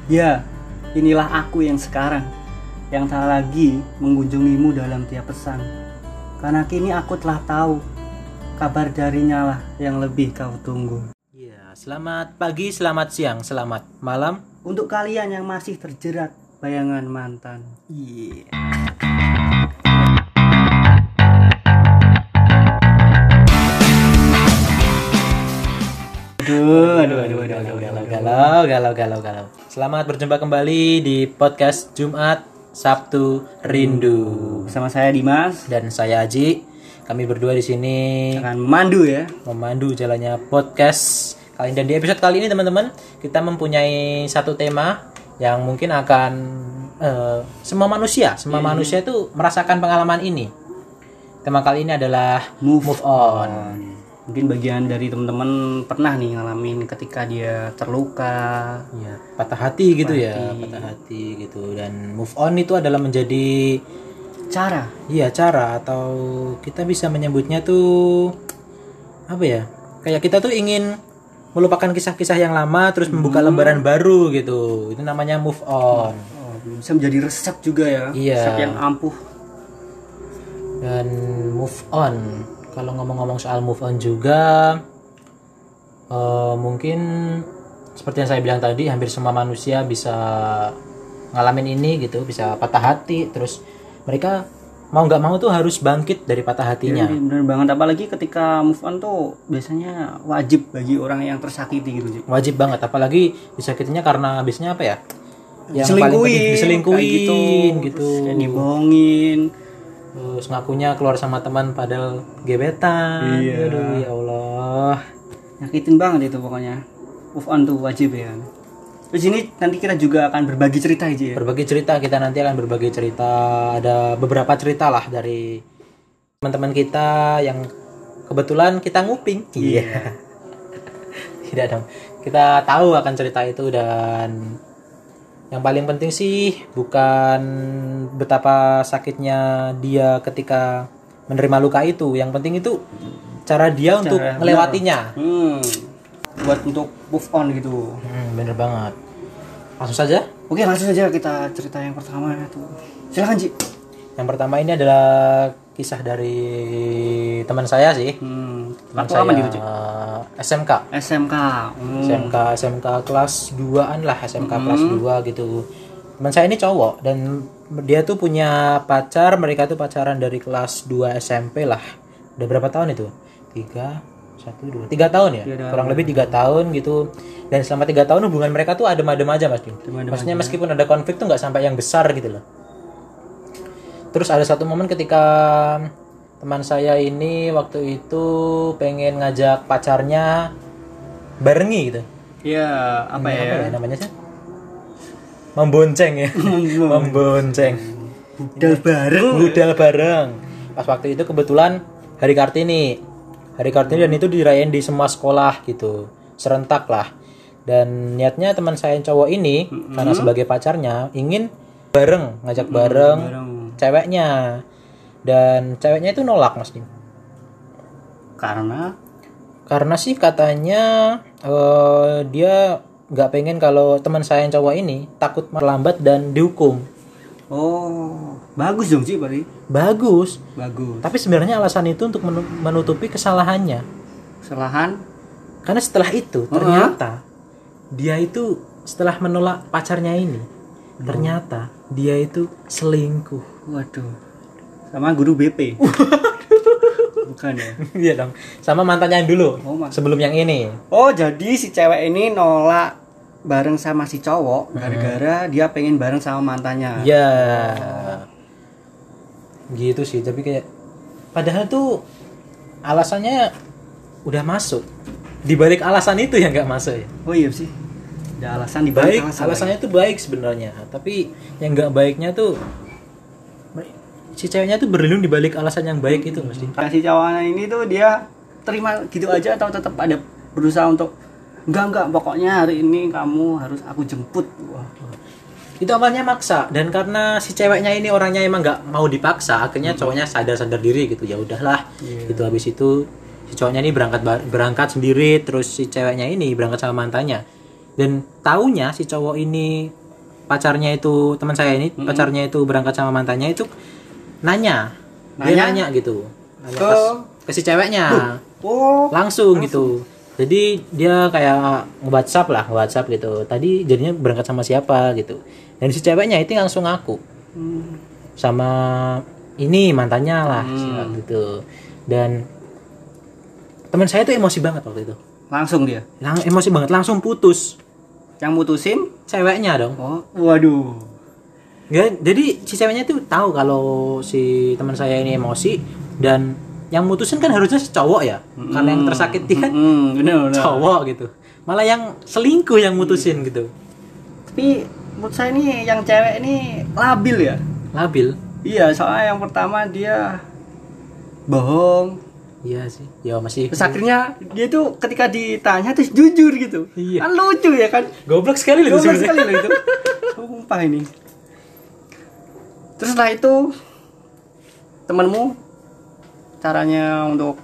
Ya, inilah aku yang sekarang, yang tak lagi mengunjungimu dalam tiap pesan. Karena kini aku telah tahu, kabar darinya lah yang lebih kau tunggu. Ya, selamat pagi, selamat siang, selamat malam. Untuk kalian yang masih terjerat bayangan mantan. Iya. Galau. Selamat berjumpa kembali di podcast Jumat Sabtu Rindu. Bersama saya Dimas Dan saya Aji. Kami berdua di sini akan memandu jalannya podcast kali ini. Dan di episode kali ini teman-teman, kita mempunyai satu tema yang mungkin akan semua manusia itu merasakan pengalaman ini. Tema kali ini adalah move on. Mungkin bagian dari teman-teman pernah nih ngalamin ketika dia terluka, ya, patah hati gitu. Dan move on itu adalah menjadi cara atau kita bisa menyebutnya tuh apa ya? Kayak kita tuh ingin melupakan kisah-kisah yang lama terus membuka lembaran baru gitu. Itu namanya move on. Bisa menjadi resep juga ya. Iya. Resep yang ampuh. Dan move on. Kalau ngomong-ngomong soal move on juga, mungkin seperti yang saya bilang tadi, hampir semua manusia bisa ngalamin ini gitu, bisa patah hati, terus mereka mau nggak mau tuh harus bangkit dari patah hatinya. Ya, bener banget, apalagi ketika move on tuh biasanya wajib bagi orang yang tersakiti gitu sih. Wajib banget, apalagi disakitinya karena biasanya apa ya? Yang diselingkuhin gitu. Dibohongin. Terus ngakunya keluar sama teman padahal gebetan. Iya. Aduh ya Allah. Nyakitin banget itu pokoknya. Move on tuh wajib ya. Terus ini nanti kita juga akan berbagi cerita aja ya. Kita nanti akan berbagi cerita. Ada beberapa cerita lah dari teman-teman kita yang kebetulan kita nguping. Iya. Tidak dong. Kita tahu akan cerita itu, dan yang paling penting sih bukan betapa sakitnya dia ketika menerima luka itu. Yang penting itu cara dia untuk melewatinya. Buat untuk move on gitu. Bener banget. Langsung saja? Oke, langsung saja kita cerita yang pertama itu. Silakan, Ji. Yang pertama ini adalah kisah dari teman saya sih. Teman saya gitu, SMK kelas 2-an lah, SMK kelas 2 gitu. Teman saya ini cowok dan dia tuh punya pacar, mereka tuh pacaran dari kelas 2 SMP lah. Udah berapa tahun itu? 3 tahun ya? Kurang lebih 3 tahun gitu. Dan selama 3 tahun hubungan mereka tuh adem-adem aja, Mas. Maksudnya meskipun ada konflik tuh nggak sampai yang besar gitu loh. Terus ada satu momen ketika teman saya ini waktu itu pengen ngajak pacarnya barengi gitu. Iya, apa ya namanya sih? Membonceng ya. Membonceng. Budal bareng. Pas waktu itu kebetulan Hari Kartini dan itu dirayain di semua sekolah gitu. Serentak lah. Dan niatnya teman saya yang cowok ini karena sebagai pacarnya ingin ngajak bareng ceweknya, dan ceweknya itu nolak, Mas Dim. Karena sih katanya dia nggak pengen kalau teman saya yang cowok ini takut terlambat dan dihukum. Oh, bagus dong sih, Pak. Bagus. Tapi sebenarnya alasan itu untuk menutupi kesalahannya. Karena setelah itu ternyata dia itu setelah menolak pacarnya ini, ternyata dia itu selingkuh. Waduh. Sama guru BP. Bukan ya? Iya dong. Sama mantannya yang dulu. Sebelum yang ini. Oh, jadi si cewek ini nolak bareng sama si cowok gara-gara dia pengen bareng sama mantannya. Iya. Gitu sih, tapi kayak padahal tuh alasannya udah masuk. Di balik alasan itu yang enggak masuk ya. Oh iya sih. Ada alasan di balik alasannya tuh baik sebenarnya, tapi yang enggak baiknya tuh si ceweknya tuh berlindung di balik alasan yang baik itu, mesti. Si cowoknya ini tuh dia terima gitu aja atau tetap ada berusaha untuk enggak pokoknya hari ini kamu harus aku jemput. Wah. Itu awalnya maksa, dan karena si ceweknya ini orangnya emang nggak mau dipaksa, akhirnya cowoknya sadar diri gitu, ya udahlah. Gitu. Habis itu si cowoknya ini berangkat sendiri, terus si ceweknya ini berangkat sama mantannya. Dan taunya si cowok ini pacarnya itu, teman saya ini pacarnya itu berangkat sama mantannya itu dia nanya gitu, ke si ceweknya langsung gitu. Jadi dia kayak nge-WhatsApp gitu, tadi jadinya berangkat sama siapa gitu. Dan si ceweknya itu langsung ngaku sama ini mantannya lah gitu. Dan teman saya tuh emosi banget waktu itu, Langsung dia. emosi banget, langsung putus. Yang mutusin Ceweknya dong. oh waduh. Ya, jadi si ceweknya tuh tahu kalau si teman saya ini emosi, dan yang mutusin kan harusnya si cowok ya, karena yang tersakiti kan bener. cowok gitu, malah yang selingkuh yang mutusin gitu. Tapi menurut saya ini yang cewek ini labil ya. Labil. Iya, soalnya yang pertama dia bohong. Iya sih, ya masih Terus akhirnya dia tuh ketika ditanya terus jujur gitu. Iya. Kan lucu ya kan. goblok sekali loh Goblok sebenarnya. sekali loh itu. Sumpah ini. Terus setelah itu temenmu caranya untuk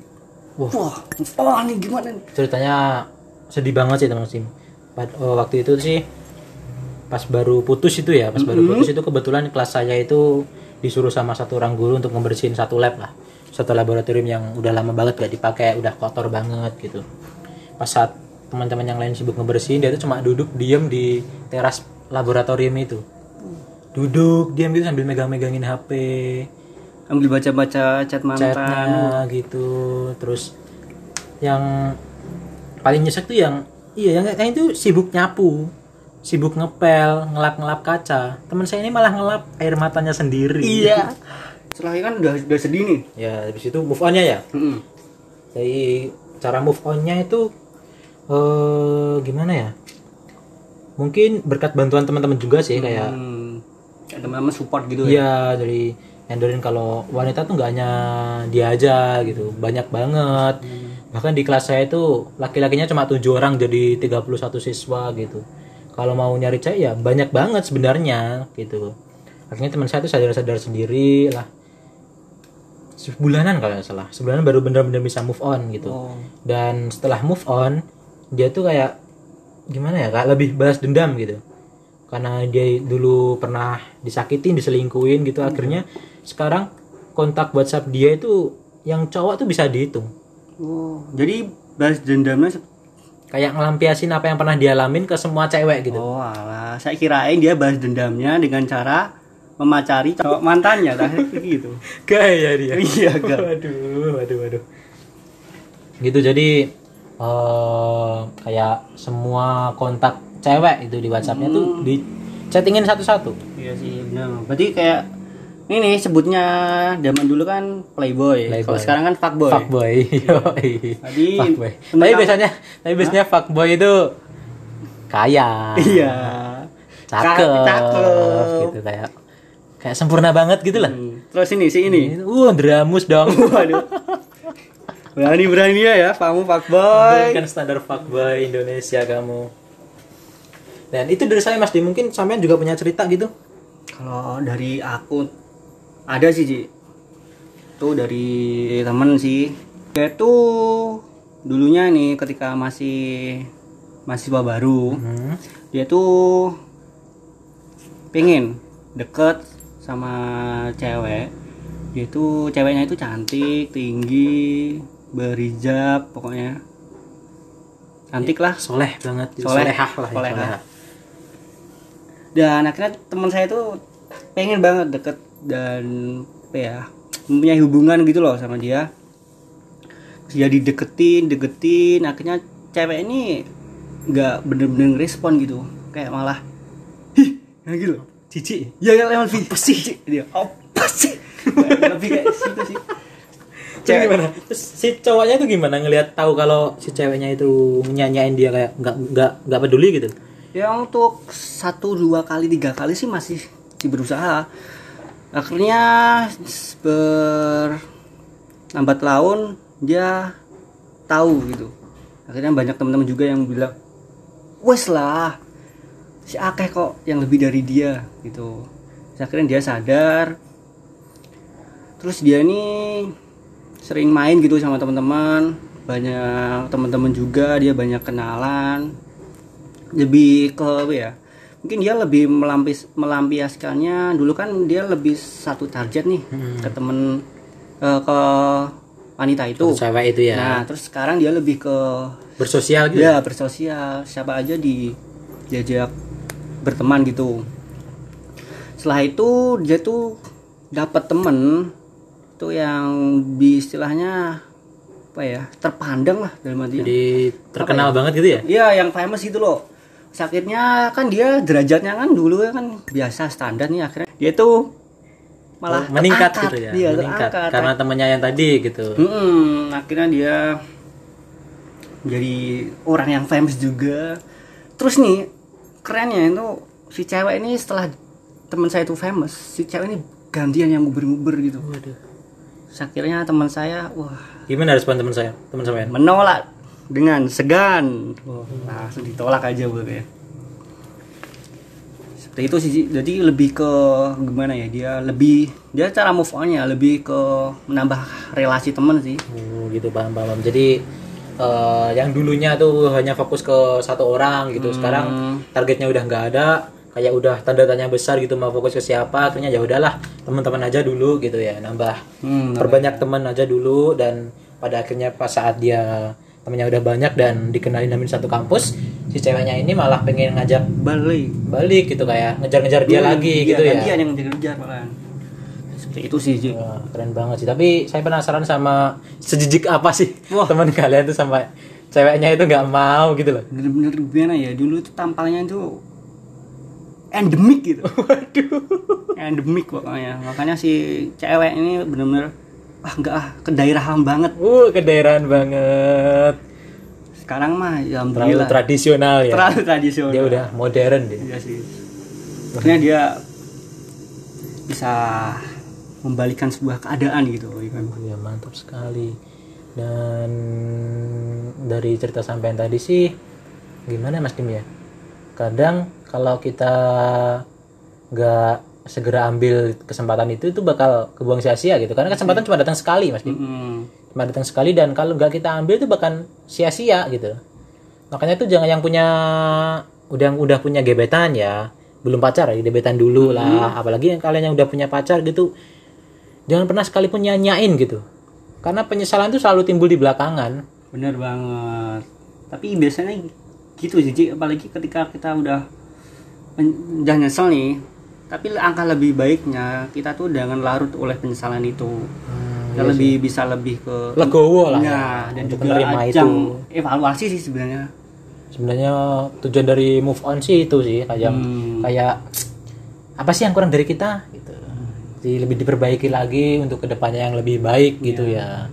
wah nih gimana nih? Ceritanya sedih banget sih teman Sim. Waktu itu sih pas baru putus itu ya, baru putus itu kebetulan kelas saya itu disuruh sama satu orang guru untuk ngebersihin satu lab lah, satu laboratorium yang udah lama banget gak dipakai, udah kotor banget gitu. Pas saat teman-teman yang lain sibuk ngebersihin, dia tuh cuma duduk diam di teras laboratorium itu, duduk diam gitu sambil megang-megangin HP, Ambil baca-baca chat mantan. chatnya gitu. Terus yang paling nyesek tuh yang yang itu sibuk nyapu, sibuk ngepel, ngelap kaca. Teman saya ini malah ngelap air matanya sendiri. Iya. Setelah itu kan udah sedih nih. Ya habis itu move onnya ya. Dari cara move onnya itu gimana ya? Mungkin berkat bantuan teman-teman juga sih, kayak teman-teman support gitu ya. iya, dari nyandorin kalau wanita tuh nggak hanya dia aja gitu, banyak banget. Bahkan di kelas saya itu laki-lakinya cuma 7 orang jadi 31 siswa gitu. Kalau mau nyari cewek ya banyak banget sebenarnya gitu. Akhirnya teman saya tuh sadar sendiri lah. Sebulanan kalau nggak salah, sebulanan baru benar-benar bisa move on gitu. Dan setelah move on, dia tuh kayak gimana ya, kayak lebih balas dendam gitu. Karena dia dulu pernah disakitin, diselingkuhin gitu. Akhirnya sekarang kontak WhatsApp dia itu yang cowok tuh bisa dihitung. Jadi balas dendamnya Kayak ngelampiasin apa yang pernah dialamin ke semua cewek gitu. oh alah, saya kirain dia balas dendamnya dengan cara memacari cowok mantannya, gitu. Gaya dia. Iya, gak. Waduh. Gitu, jadi kayak semua kontak cewek itu di WhatsApp-nya tuh di chattingin satu-satu. Iya sih, benar. Berarti kayak ini nih sebutnya zaman dulu kan playboy. Kalau sekarang kan fuckboy. Fuckboy. Tadi Fuckboy. Tapi biasanya fuckboy itu kaya. Iya. Cakep. Gitu, kayak sempurna banget gitu lah. Terus ini. Dramus dong. Waduh. Berani ya kamu fuckboy. Kan standar fuckboy Indonesia kamu. Dan itu dari saya Mas Di, mungkin sampean juga punya cerita gitu. Kalau dari aku ada sih, Ci. Itu dari temen sih. Dia tuh dulunya nih ketika masih mahasiswa baru, dia tuh pengen deket sama cewek. Dia tuh ceweknya itu cantik, tinggi, berhijab, pokoknya cantik lah, Soleh banget, solehah lah. Dan akhirnya teman saya tuh pengen banget deket dan apa ya, mempunyai hubungan gitu loh sama dia. Jadi deketin, akhirnya cewek ini nggak bener-bener respon gitu, kayak malah gitu, cici. ya kan lebih sih dia, apa sih, lebih kayak situ sih. Cewek gimana? Terus si cowoknya itu gimana ngelihat tahu kalau si ceweknya itu nyanyain dia kayak nggak peduli gitu? Ya untuk 1, 2 kali, 3 kali sih masih berusaha. Akhirnya berlambat laun dia tahu gitu. Akhirnya banyak teman-teman juga yang bilang, wes lah, si akeh kok yang lebih dari dia gitu. Terus akhirnya dia sadar. Terus dia ini sering main gitu sama teman-teman, banyak teman-teman juga, dia banyak kenalan. lebih ke apa ya, mungkin dia lebih melampiaskannya. Dulu kan dia lebih satu target nih ke temen, ke wanita itu, cewek itu ya. Nah terus sekarang dia lebih ke bersosial gitu. ya bersosial, siapa aja diajak berteman gitu. Setelah itu dia tuh dapat temen tuh yang istilahnya apa ya, terpandang lah dalam artian. Jadi terkenal banget gitu ya? Iya, yang famous gitu loh. Sakitnya kan dia derajatnya kan dulu kan biasa standar nih, akhirnya dia tuh malah meningkat terangkat, gitu ya. dia Meningkat terangkat. karena temennya yang tadi gitu. Akhirnya dia jadi orang yang famous juga. Terus nih kerennya itu si cewek ini setelah teman saya itu famous, si cewek ini gantian yang nguber-nguber gitu. Waduh. Akhirnya teman saya, wah, Gimana respon teman sampean? menolak dengan segan. Langsung ditolak aja ya. Seperti itu sih. Jadi lebih ke gimana ya, dia cara move on-nya lebih ke menambah relasi teman sih. Oh, gitu, paham. Jadi yang dulunya tuh hanya fokus ke satu orang gitu. Sekarang targetnya udah nggak ada, kayak udah tanda tanya besar gitu, mau fokus ke siapa. Akhirnya ya udahlah, teman-teman aja dulu gitu ya, nambah perbanyak teman aja dulu. Dan pada akhirnya pas saat dia temennya udah banyak dan dikenalin namin satu kampus, si ceweknya ini malah pengen ngajak balik gitu, kayak ngejar-ngejar dia lagi gitu ya. Dia yang ngejar malah. Seperti itu sih, Ji. Wah, keren banget sih. Tapi saya penasaran sama sejijik apa sih teman kalian tuh sampai ceweknya itu nggak mau gitu loh. Bener-bener gimana ya, dulu tuh tampalnya tuh endemik gitu. Waduh. Endemik pokoknya. Makanya si cewek ini bener-bener kedaerahan banget. Kedaerahan banget. Sekarang mah ya Terlalu tradisional ya. Terlalu tradisional. Dia udah modern deh. Iya sih. Akhirnya dia bisa membalikan sebuah keadaan gitu. Ya, mantap sekali. Dan dari cerita sampean tadi sih, gimana Mas Dim ya? Kadang kalau kita nggak segera ambil kesempatan itu bakal kebuang sia-sia gitu, karena kesempatan cuma datang sekali Mas Dim. Cuma datang sekali, dan kalau nggak kita ambil itu bahkan sia-sia gitu. Makanya tuh jangan yang udah punya gebetan ya, belum pacar ya, gebetan dulu lah. Apalagi yang kalian yang udah punya pacar gitu, jangan pernah sekalipun nyanyain gitu, karena penyesalan itu selalu timbul di belakangan. Bener banget. Tapi biasanya gitu sih, apalagi ketika kita udah nyesel nih, tapi angka lebih baiknya kita tuh jangan larut oleh penyesalan itu. Kita lebih bisa lebih ke legowo lah ya, dan juga ajang evaluasi sih sebenarnya. Sebenarnya tujuan dari move on sih itu sih, kayak apa sih yang kurang dari kita gitu. Jadi lebih diperbaiki lagi untuk kedepannya yang lebih baik gitu ya.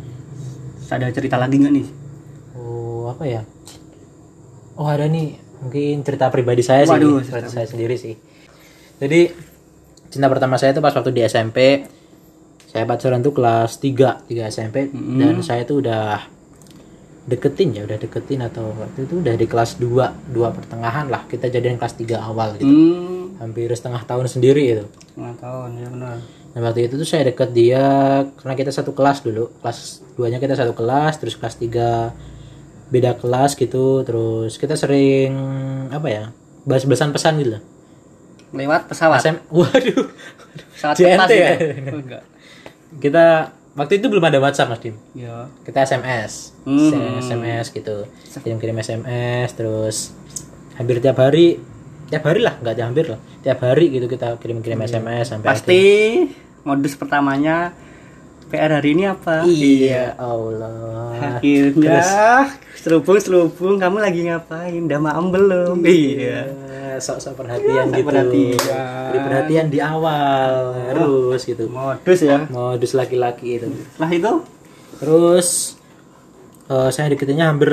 Ada cerita lagi nggak nih? Oh, apa ya? Oh, ada nih, mungkin cerita pribadi saya. Waduh, sih, cerita saya sendiri sih. Jadi cinta pertama saya itu pas waktu di SMP. Saya pacaran tuh kelas 3 SMP, dan saya tuh udah deketin atau waktu itu udah di kelas 2 pertengahan lah. Kita jadian kelas 3 awal gitu. Hampir setengah tahun sendiri itu. Setengah tahun, ya benar. Nah, waktu itu tuh saya deket dia karena kita satu kelas dulu. Kelas 2-nya kita satu kelas, terus kelas 3 beda kelas gitu. Terus kita sering bahas-bahasan pesan gitu loh. Lewat pesawat. Waduh. Pesawat JNT ya. Oh, enggak. Kita waktu itu belum ada WhatsApp Mas Dim. Iya. Kita SMS. SMS gitu. Kirim SMS, terus hampir tiap hari lah, enggak hampir lah. Tiap hari gitu kita kirim-kirim SMS sampai pasti modus pertamanya, PR hari ini apa? Iya, Allah. Akhirnya selubung kamu lagi ngapain? Udah maem belum? Iya. Sok-sok perhatian gitu. Beri perhatian di awal harus gitu. Modus ya. Modus laki-laki itu. Setelah itu terus saya deketinnya hampir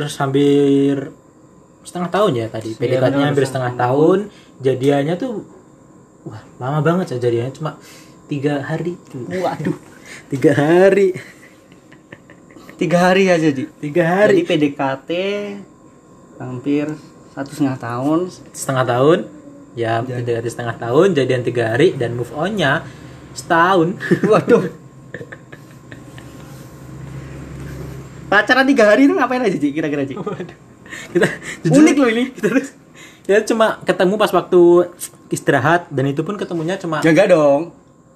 setengah tahun ya tadi. PDKT-nya hampir setengah tahun. Jadiannya tuh lama banget ya, jadiannya cuma 3 hari. Waduh. 3 hari. 3 hari aja, Di. 3 hari. Jadi PDKT hampir 1,5 tahun. Setengah tahun. Ya, PDKT setengah tahun, jadian 3 hari, dan move on-nya setahun. Waduh. Pacaran 3 hari itu ngapain aja, Ci? Kira-kira, Ci? Waduh. Kita unik loh ini. Kita cuma ketemu pas waktu istirahat dan itu pun ketemunya cuma Jaga dong.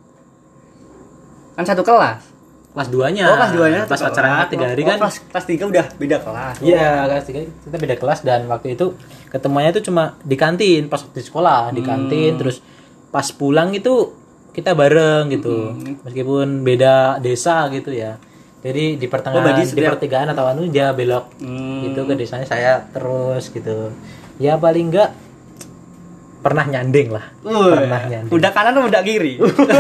Kan satu kelas. kelas 2-nya. Oh, kelas 2-nya pas pacaran 3 hari kan. Kelas 3 udah beda kelas. Iya, kelas 3 kita beda kelas dan waktu itu ketemuannya itu cuma di kantin pas di sekolah, di kantin terus pas pulang itu kita bareng gitu. Meskipun beda desa gitu ya. Jadi di pertengahan di pertigaan atau anu dia belok itu ke desanya saya terus gitu. Ya paling enggak pernah nyanding lah. Pernah nyanding. Udah kanan atau udah kiri?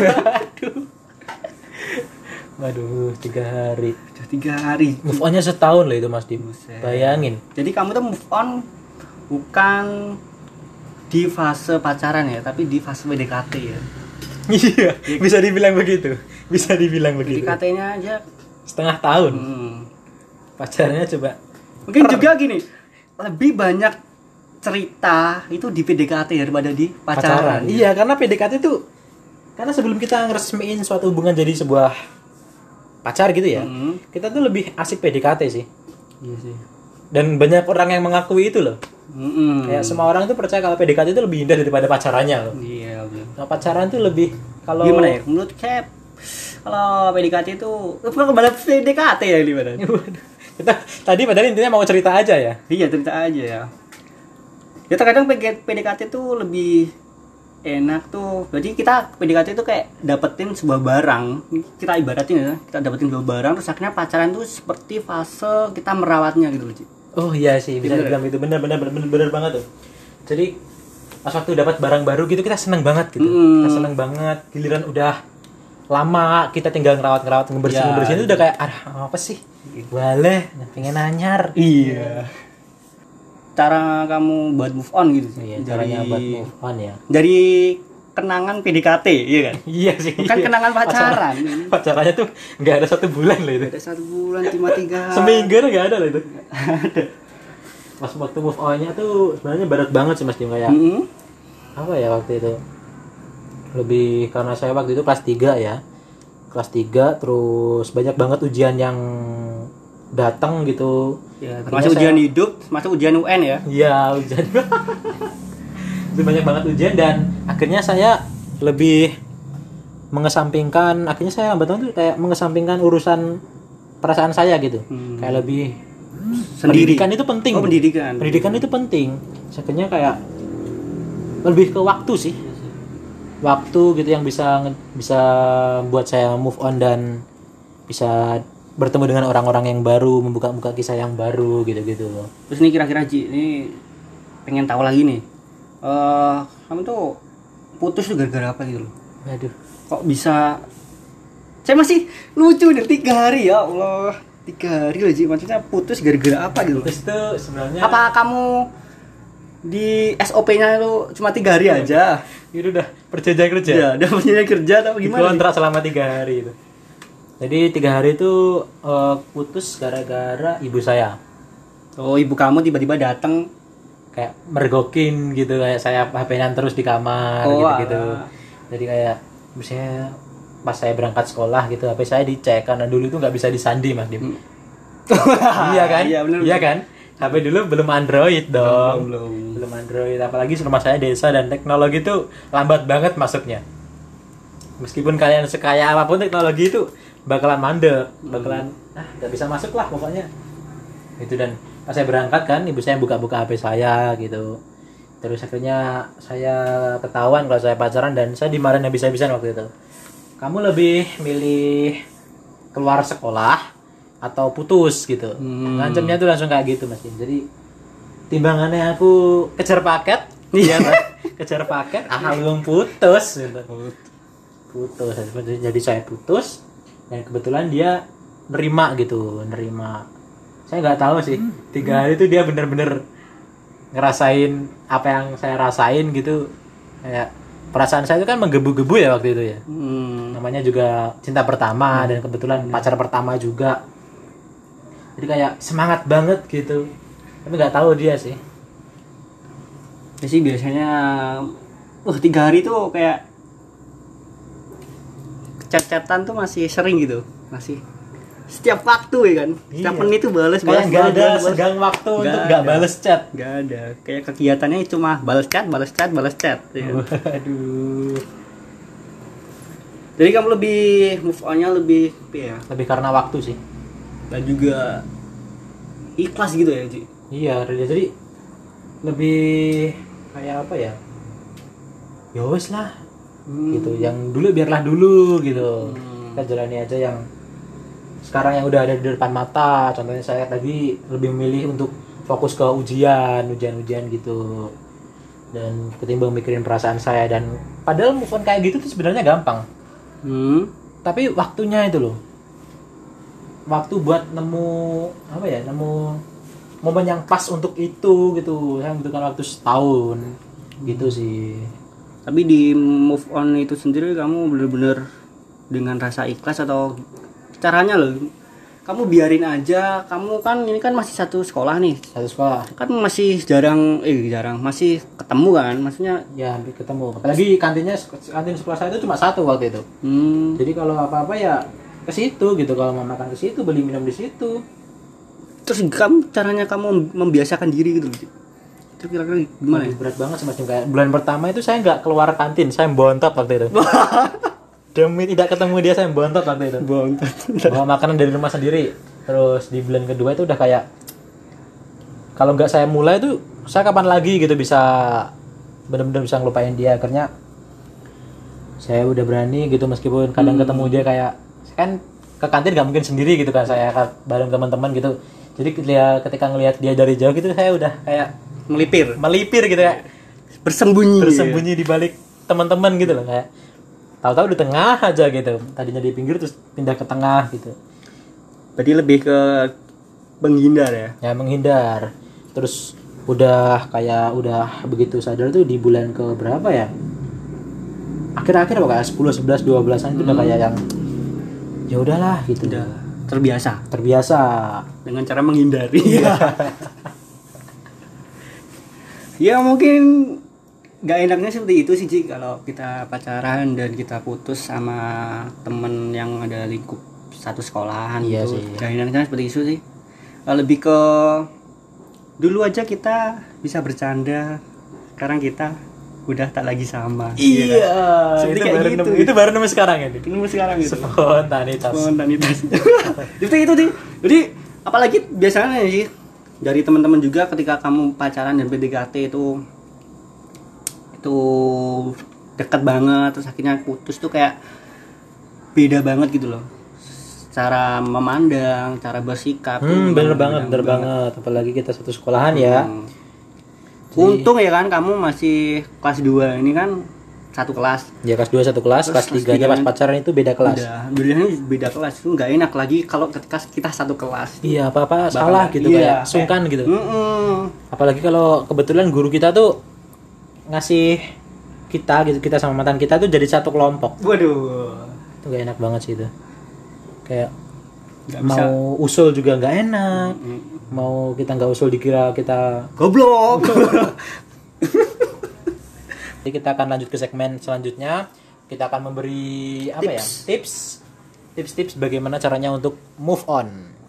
Waduh, 3 hari. Udah 3 hari. Move on-nya setahun loh itu Mas Dim. Bayangin. Jadi kamu tuh move on bukan di fase pacaran ya, tapi di fase PDKT ya. Iya, bisa dibilang begitu. Bisa dibilang begitu. PDKT-nya aja setengah tahun. Pacarnya coba. Mungkin juga gini, lebih banyak cerita itu di PDKT daripada di pacaran. Iya, karena PDKT itu karena sebelum kita ngeresmiin suatu hubungan jadi sebuah pacar gitu ya, kita tuh lebih asik PDKT sih. Iya sih. Dan banyak orang yang mengakui itu loh. Kayak semua orang tuh percaya kalau PDKT itu lebih indah daripada pacarannya loh. Iya, betul. Nah, pacaran tuh lebih kalau gimana ya? Menurut saya kalau PDKT itu kembali PDKT ya gimana? kita tadi padahal intinya mau cerita aja ya. Iya, cerita aja ya. Ya terkadang PDKT tuh lebih enak tuh. Jadi kita PDKT itu kayak dapetin sebuah barang. Kita ibaratin ya, kita dapetin sebuah barang terus akhirnya pacaran tuh seperti fase kita merawatnya gitu loh, Ci. Oh iya sih, bisa dibilang itu benar banget tuh. Jadi pas waktu dapat barang baru gitu kita seneng banget gitu. Kita seneng banget. Giliran udah lama kita tinggal ngerawat ngebersihin itu udah kayak apa sih? Boleh, pengen anyar. Iya. Cara kamu buat move on gitu sih. Iya, caranya buat move on ya. Dari kenangan PDKT, iya kan? Iya sih. Bukan iya. kenangan pacaran. Pacarannya tuh nggak ada 1 bulan loh itu. Ada 1 bulan cuma 3 hari. Seminggu nggak ada loh itu. Pas waktu move on-nya tuh sebenarnya berat banget sih Mas Dim kayak. Apa ya waktu itu? Lebih karena saya waktu itu kelas 3 ya. Kelas 3 terus banyak banget ujian yang datang gitu. Ya, termasuk ujian hidup, termasuk ujian UN ya. Iya, ujian. Itu banyak banget ujian dan akhirnya saya lebih mengesampingkan, akhirnya saya lambat tuh kayak mengesampingkan urusan perasaan saya gitu. Kayak lebih Sendiri. Pendidikan itu penting. Oh, pendidikan. Pendidikan itu penting. Akhirnya kayak lebih ke waktu sih. Waktu gitu yang bisa buat saya move on dan bisa bertemu dengan orang-orang yang baru, membuka kisah yang baru gitu-gitu. Terus nih kira-kira Ji, ini pengen tahu lagi nih. Kamu tuh putus tuh gara-gara apa gitu loh? Aduh, kok bisa? Saya masih lucu nih 3 hari ya Allah. 3 hari loh Ji, maksudnya putus gara-gara apa gitu? putus itu sebenarnya Apa kamu di SOP-nya itu cuma 3 hari aja? itu udah perjanjian kerja. Ya, udah perjanjian kerja atau gimana? Kontrak selama 3 hari itu. Jadi 3 hari itu putus gara-gara ibu saya. Oh, ibu kamu tiba-tiba datang Kayak mergokin gitu, kayak saya HP-an terus di kamar gitu-gitu. Jadi kayak misalnya pas saya berangkat sekolah gitu, HP saya dicek karena dulu itu nggak bisa disandi Mas Dim. Iya kan? Iya kan? HP dulu belum Android dong. Belum Android, apalagi rumah saya desa dan teknologi itu lambat banget masuknya. Meskipun kalian sekaya apapun teknologi itu bakalan mandek, bakalan nggak bisa masuk lah pokoknya. Itu dan pas saya berangkat kan ibu saya buka-buka HP saya gitu. Terus akhirnya saya ketahuan kalau saya pacaran dan saya dimarahin habis-habisan waktu itu. Kamu lebih milih keluar sekolah atau putus gitu. Ngancamnya tuh langsung kayak gitu Mas. Jadi timbangannya aku kejar paket. Iya Mas. Kejar paket, belum putus gitu. Putus. Jadi saya putus dan kebetulan dia nerima. Saya nggak tahu sih 3 hari itu dia bener-bener ngerasain apa yang saya rasain gitu. Kayak perasaan saya itu kan menggebu-gebu ya waktu itu ya. Namanya juga cinta pertama dan kebetulan pacar pertama juga. Jadi kayak semangat banget gitu. Tapi nggak tahu dia sih. Ya sih biasanya 3 hari tuh kayak chat-chatan tuh masih sering gitu. Masih setiap waktu ya kan. Setiap Iya. menit tuh balas Kayak nggak ada senggang waktu untuk nggak bales chat. Nggak ada. Kayak kegiatannya cuma balas chat ya kan? Aduh. Jadi kamu lebih move on-nya lebih apa ya? Lebih karena waktu sih. Dan juga ikhlas gitu ya, Ji. Iya, jadi lebih kayak apa ya? Ya wes lah. Gitu. Yang dulu biarlah dulu gitu. Kita jalani aja yang sekarang yang udah ada di depan mata. Contohnya saya tadi lebih memilih untuk fokus ke ujian gitu. Dan ketimbang mikirin perasaan saya, dan padahal move on kayak gitu tuh sebenarnya gampang. Tapi waktunya itu loh. Waktu buat nemu apa ya? Nemu momen yang pas untuk itu gitu. Saya membutuhkan waktu setahun gitu sih. Tapi di move on itu sendiri kamu bener-bener dengan rasa ikhlas atau caranya loh? Kamu biarin aja, kamu kan ini kan masih satu sekolah nih. Satu sekolah. Kan masih jarang masih ketemu kan? Maksudnya Ya hampir ketemu. Apalagi kantin sekolah saya itu cuma satu waktu itu. Jadi kalau apa-apa ya ke situ gitu. Kalau mau makan ke situ, beli minum di situ. terus caranya kamu membiasakan diri gitu. Itu kira-kira gimana ya? Berat banget semacam kayak bulan pertama itu saya nggak keluar kantin, saya bontot waktu itu. Demi tidak ketemu dia saya bontot waktu itu. Bontot. Bawa makanan dari rumah sendiri. Terus di bulan kedua itu udah kayak kalau nggak saya mulai itu saya kapan lagi gitu bisa benar-benar bisa ngelupain dia. Akhirnya saya udah berani gitu meskipun kadang ketemu dia kayak kan ke kantin nggak mungkin sendiri gitu kan, saya bareng teman-teman gitu. Jadi ketika ngelihat dia dari jauh gitu saya udah kayak melipir gitu ya. Bersembunyi di balik teman-teman gitu loh, kayak tahu-tahu di tengah aja gitu. Tadinya di pinggir terus pindah ke tengah gitu. Berarti lebih ke menghindar ya? Ya menghindar. Terus udah begitu sadar tuh di bulan ke berapa ya? Akhir-akhir pokoknya 10, 11, 12-an itu udah kayak yang ya udahlah gitu. Udah terbiasa dengan cara menghindari. Ya mungkin nggak enaknya seperti itu sih, Ci, kalau kita pacaran dan kita putus sama temen yang ada lingkup satu sekolahan. Iya gitu. sih. Nggak enaknya seperti itu sih. Lebih ke dulu aja kita bisa bercanda, sekarang kita udah tak lagi sama. Iya. Seperti Itu kayak baru gitu. itu baru nemu sekarang ya. Nemu sekarang gitu. Spontanitas. Itu sih. Jadi apalagi biasanya sih dari teman-teman juga ketika kamu pacaran dan PDKT itu dekat banget terus akhirnya putus tuh kayak beda banget gitu loh. Cara memandang, cara bersikap. Bener banget. Apalagi kita satu sekolahan ya. Untung ya kan kamu masih kelas 2 ini kan satu kelas. Ya kelas 2 satu kelas, kelas 3 aja pas pacaran itu beda kelas. Udah beda kelas itu nggak enak lagi kalau ketika kita satu kelas. Iya, apa-apa salah gitu kayak sungkan gitu. Apalagi kalau kebetulan guru kita tuh ngasih kita sama mantan kita tuh jadi satu kelompok. Waduh. Itu gak enak banget sih itu. Kayak Gak mau bisa. usul juga nggak enak. Mau kita nggak usul dikira kita Goblok. Jadi kita akan lanjut ke segmen selanjutnya. Kita akan memberi apa ya? Tips bagaimana caranya untuk move on.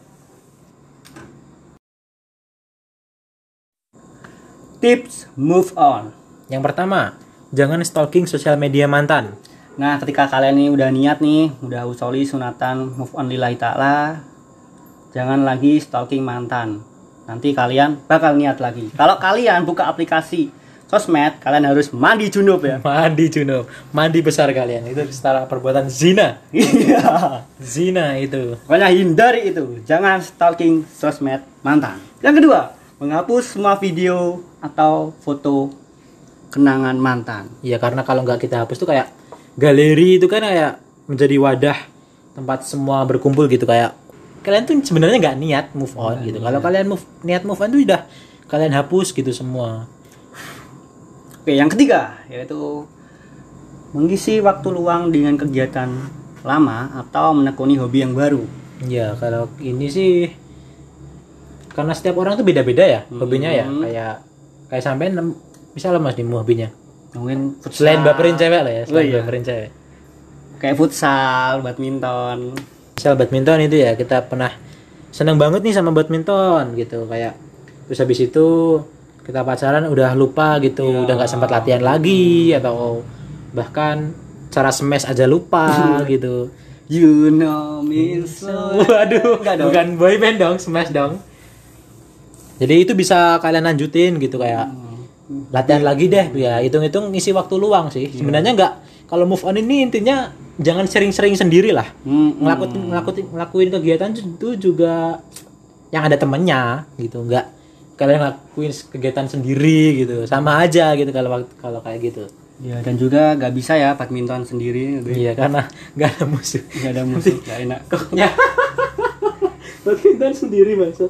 Tips move on. Yang pertama, jangan stalking sosial media mantan. Nah, ketika kalian ini udah niat nih, udah usoli sunatan move on lillahi ta'ala, jangan lagi stalking mantan. Nanti kalian bakal niat lagi. Kalau kalian buka aplikasi sosmed, kalian harus mandi junub ya. Mandi besar kalian. Itu setara perbuatan zina. Iya. Zina itu. Pokoknya hindari itu. Jangan stalking sosmed mantan. Yang kedua, menghapus semua video atau foto kenangan mantan. Ya karena kalau nggak kita hapus tuh kayak galeri itu kan kayak menjadi wadah tempat semua berkumpul gitu, kayak kalian tuh sebenarnya nggak niat move on gitu. Kalau kalian niat move on tuh udah kalian hapus gitu semua. Oke, yang ketiga yaitu mengisi waktu luang dengan kegiatan lama atau menekuni hobi yang baru. Ya kalau ini sih karena setiap orang tuh beda-beda ya hobinya ya. Kayak sampean misalnya Mas di hobinya. Mungkin futsal. Selain baperin cewek lah ya, Baperin cewek. Kayak futsal, badminton. misal badminton itu ya, kita pernah seneng banget nih sama badminton gitu, kayak terus habis itu kita pacaran udah lupa gitu, udah nggak sempat latihan lagi, atau bahkan cara smash aja lupa gitu. You know me so. Waduh, Enggak dong. bukan boy band dong, smash dong. Jadi itu bisa kalian lanjutin gitu, kayak latihan lagi deh ya, hitung-hitung ngisi waktu luang sih. Sebenarnya nggak, kalau move on ini intinya jangan sering-sering sendiri lah. Ngelakuin kegiatan itu juga yang ada temennya gitu, nggak kalian ngelakuin kegiatan sendiri gitu, sama aja gitu kalau kayak gitu. Ya, dan juga gak bisa ya badminton sendiri gitu. Iya, karena nggak ada musuh. Gak ada musuh, gak enak. Ya. Badminton sendiri maksud.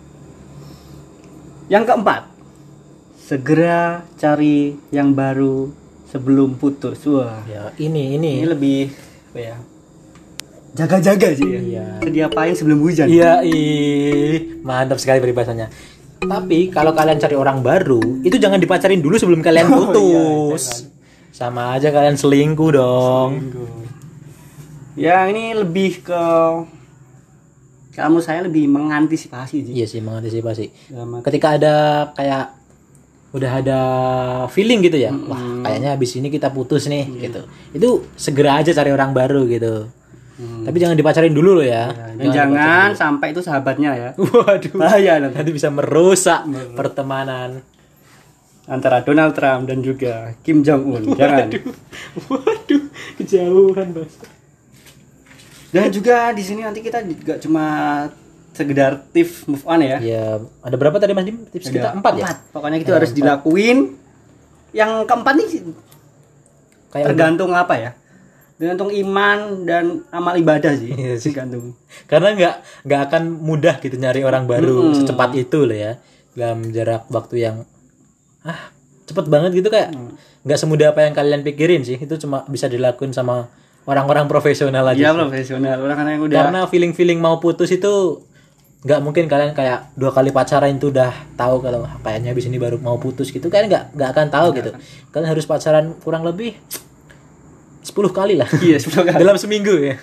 Yang keempat, segera cari yang baru sebelum putus. Wah, Ya, ini lebih apa ya? Jaga-jaga sih ya. Iya. Sedia paling sebelum hujan. Iya, mantap sekali peribahasanya. Tapi kalau kalian cari orang baru, itu jangan dipacarin dulu sebelum kalian putus. Sama aja kalian selingkuh dong. Ya, ini lebih ke, kamu saya lebih mengantisipasi sih. Iya sih, mengantisipasi. Dalam Ketika ada kayak udah ada feeling gitu ya, wah kayaknya habis ini kita putus nih gitu. Itu segera aja cari orang baru gitu. Tapi jangan dipacarin dulu loh ya. Dan jangan sampai itu sahabatnya ya. Waduh. Bahaya nanti. Nanti bisa merusak pertemanan. Antara Donald Trump dan juga Kim Jong Un. Jangan. Waduh, kejauhan Bos. Dan juga di sini nanti kita juga cuma sekedar tips move on ya. Ya, ada berapa tadi Mas Dim? Tips kita 4 ya? Pokoknya itu harus dilakuin. Yang keempat nih Kayak tergantung apa ya? Tergantung iman dan amal ibadah sih. Iya sih. Tergantung. karena nggak akan mudah gitu nyari orang baru secepat itu loh ya, dalam jarak waktu yang cepet banget gitu, kayak nggak semudah apa yang kalian pikirin sih. Itu cuma bisa dilakuin sama orang-orang profesional aja. Iya, sih. profesional. Orang yang udah Karena feeling mau putus itu nggak mungkin kalian kayak 2 kali pacaran itu udah tahu kalau kayaknya habis ini baru mau putus gitu, kalian nggak akan tahu gitu. Kalian harus pacaran kurang lebih 10 kali lah. Iya, 10 kali. Dalam seminggu ya.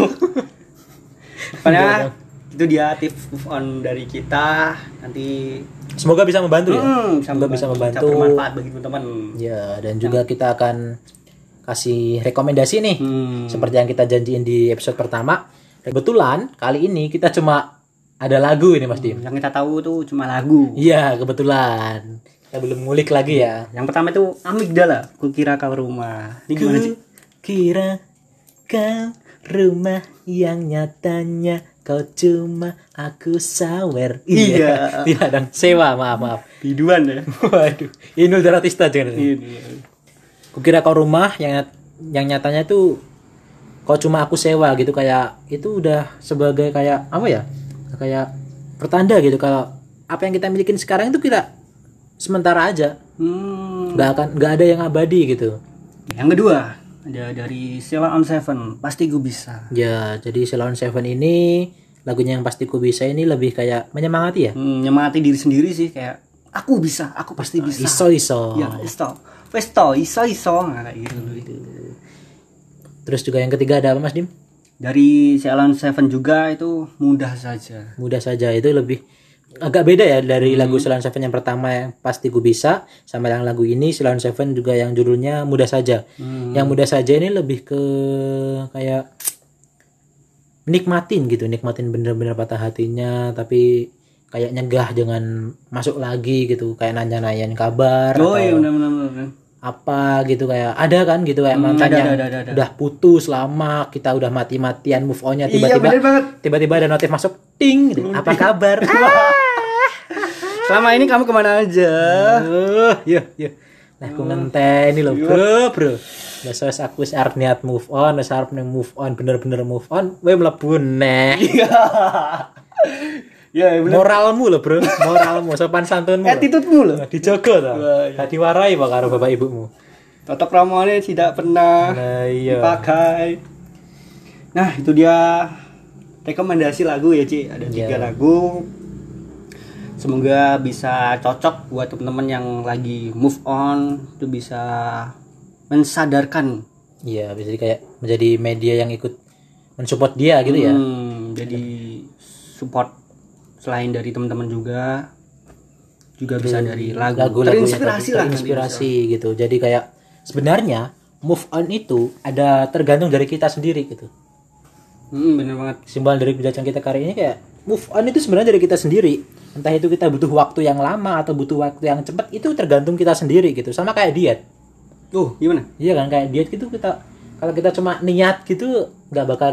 Pokoknya itu dia tips move on dari kita. Nanti Semoga bisa membantu ya. semoga bisa membantu. bermanfaat bagi teman-teman. Ya, dan juga kita akan kasih rekomendasi nih. Seperti yang kita janjiin di episode pertama. Kebetulan kali ini kita cuma ada lagu ini Mas Dim. Yang kita tahu tuh cuma lagu. Iya, kebetulan. Kita belum ngulik lagi ya. Yang pertama itu Amigdala, Kukira Kau Rumah. Ini gimana sih? Kira kau rumah yang nyatanya kau cuma aku sawer. Iya. Tidak dong, sewa, maaf. Biduan ya. Waduh, ini udah artista jangan. Kukira kau rumah yang nyatanya tuh kau cuma aku sewa gitu, kayak itu udah sebagai kayak apa ya? Kayak pertanda gitu kalau apa yang kita milikin sekarang itu kita sementara aja. Nggak ada yang abadi gitu. Yang kedua ada dari Sheila on Seven, Pasti Ku Bisa. Ya, jadi Sheila on Seven ini lagunya yang Pasti Ku Bisa ini lebih kayak menyemangati ya. Nyemangati diri sendiri sih, kayak aku bisa, aku pasti bisa. Iso. Ya, iso. Nah, kayak gitu. Terus juga yang ketiga ada apa Mas Dim? Dari Sheila on Seven juga itu Mudah Saja. Mudah Saja itu lebih agak beda ya dari lagu Sheila on Seven yang pertama yang Pasti Ku Bisa, sama yang lagu ini Sheila on Seven juga yang judulnya Mudah Saja. Yang Mudah Saja ini lebih ke kayak nikmatin bener-bener patah hatinya, tapi kayak nyegah jangan masuk lagi gitu, kayak nanya-nanyain kabar atau Iya, benar. apa gitu, kayak ada kan gitu kayak mantannya ada. udah putus lama, kita udah mati-matian move on-nya, Iya, bener banget. tiba-tiba ada notif masuk ting gitu. Apa kabar? Selama ini kamu kemana aja? Iya. Nah, aku ngenteni lho, bro. Wes aku wis arep niat move on, wis arep move on, bener-bener move on, we mlebu neh. Iya, bener. Moralmu lho, bro. Moralmu, sopan santunmu. Attitude-mu loh. Dijaga ta. Tadi warai pak karo bapak ibumu. Totok ramone tidak pernah Nah, iya. dipakai. Nah, itu dia rekomendasi lagu ya, Ci. Ada 3 lagu. Semoga bisa cocok buat teman-teman yang lagi move on, itu bisa mensadarkan. Iya, bisa jadi kayak menjadi media yang ikut mensupport dia gitu ya. Jadi support selain dari teman-teman juga bisa dari lagu terinspirasi lah, terinspirasi gitu. Jadi kayak sebenarnya move on itu ada tergantung dari kita sendiri gitu. Bener banget. Simbol dari kebijakan kita kali ini kayak move on itu sebenarnya dari kita sendiri. Entah itu kita butuh waktu yang lama atau butuh waktu yang cepat, itu tergantung kita sendiri gitu. Sama kayak diet. Gimana? Iya kan, kayak diet gitu, kita kalau kita cuma niat gitu nggak bakal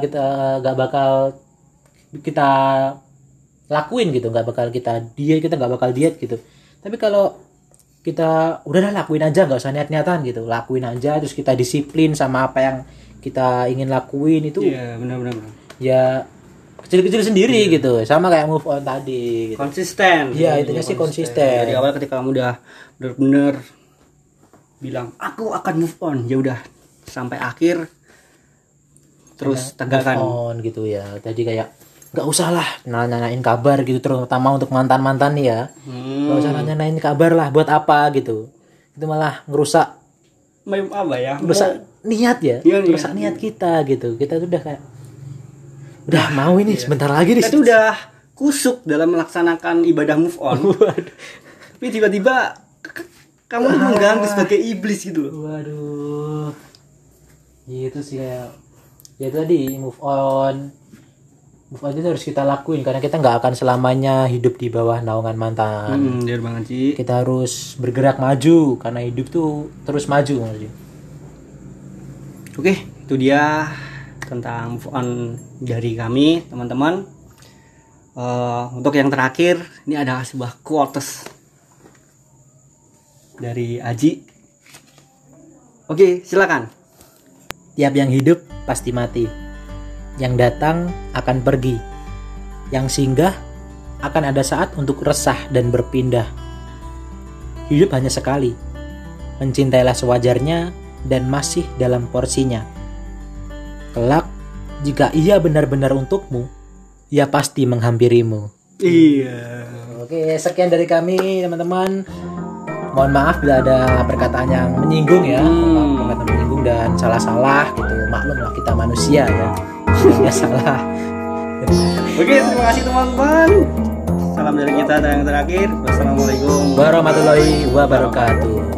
kita lakuin gitu, nggak bakal kita nggak bakal diet gitu. Tapi kalau kita udahlah lakuin aja, nggak usah niat-niatan gitu, lakuin aja, terus kita disiplin sama apa yang kita ingin lakuin itu. Iya, benar. Ya kecil-kecil sendiri gitu, sama kayak move on tadi gitu. Konsisten. Iya, intinya sih konsisten. Dari awal ketika kamu udah benar-benar bilang aku akan move on, ya udah sampai akhir terus tegakkan move on gitu ya. Tadi kayak nggak usah lah nanyain kabar gitu, terutama untuk mantan nih ya. Nggak usah nanyain kabar lah, buat apa gitu. Itu malah ngerusak apa ya? Niat ya, ngerusak niat kita gitu. Kita tuh udah kayak udah mau ini sebentar lagi nih. Kita udah kusuk dalam melaksanakan ibadah move on. Tapi tiba-tiba kamu mengganggu sebagai iblis gitu loh. Waduh. Gitu sih kayak ya itu tadi move on itu harus kita lakuin karena kita nggak akan selamanya hidup di bawah naungan mantan. Bener banget sih. Kita harus bergerak maju karena hidup tuh terus maju. Oke, itu dia tentang move on dari kami teman-teman. Untuk yang terakhir ini adalah sebuah quotes dari Aji. Oke, silakan. Tiap yang hidup pasti mati. Yang datang akan pergi. Yang singgah akan ada saat untuk resah dan berpindah. Hidup hanya sekali. Mencintailah sewajarnya dan masih dalam porsinya. Kelak, jika ia benar-benar untukmu, ia pasti menghampirimu. Iya. Oke, sekian dari kami teman-teman. Mohon maaf bila ada perkataan yang menyinggung ya, perkataan menyinggung dan salah-salah gitu. Maklum lah kita manusia ya. Ya salah. Oke, terima kasih teman-teman. Salam dari kita dan yang terakhir. Wassalamualaikum warahmatullahi wabarakatuh.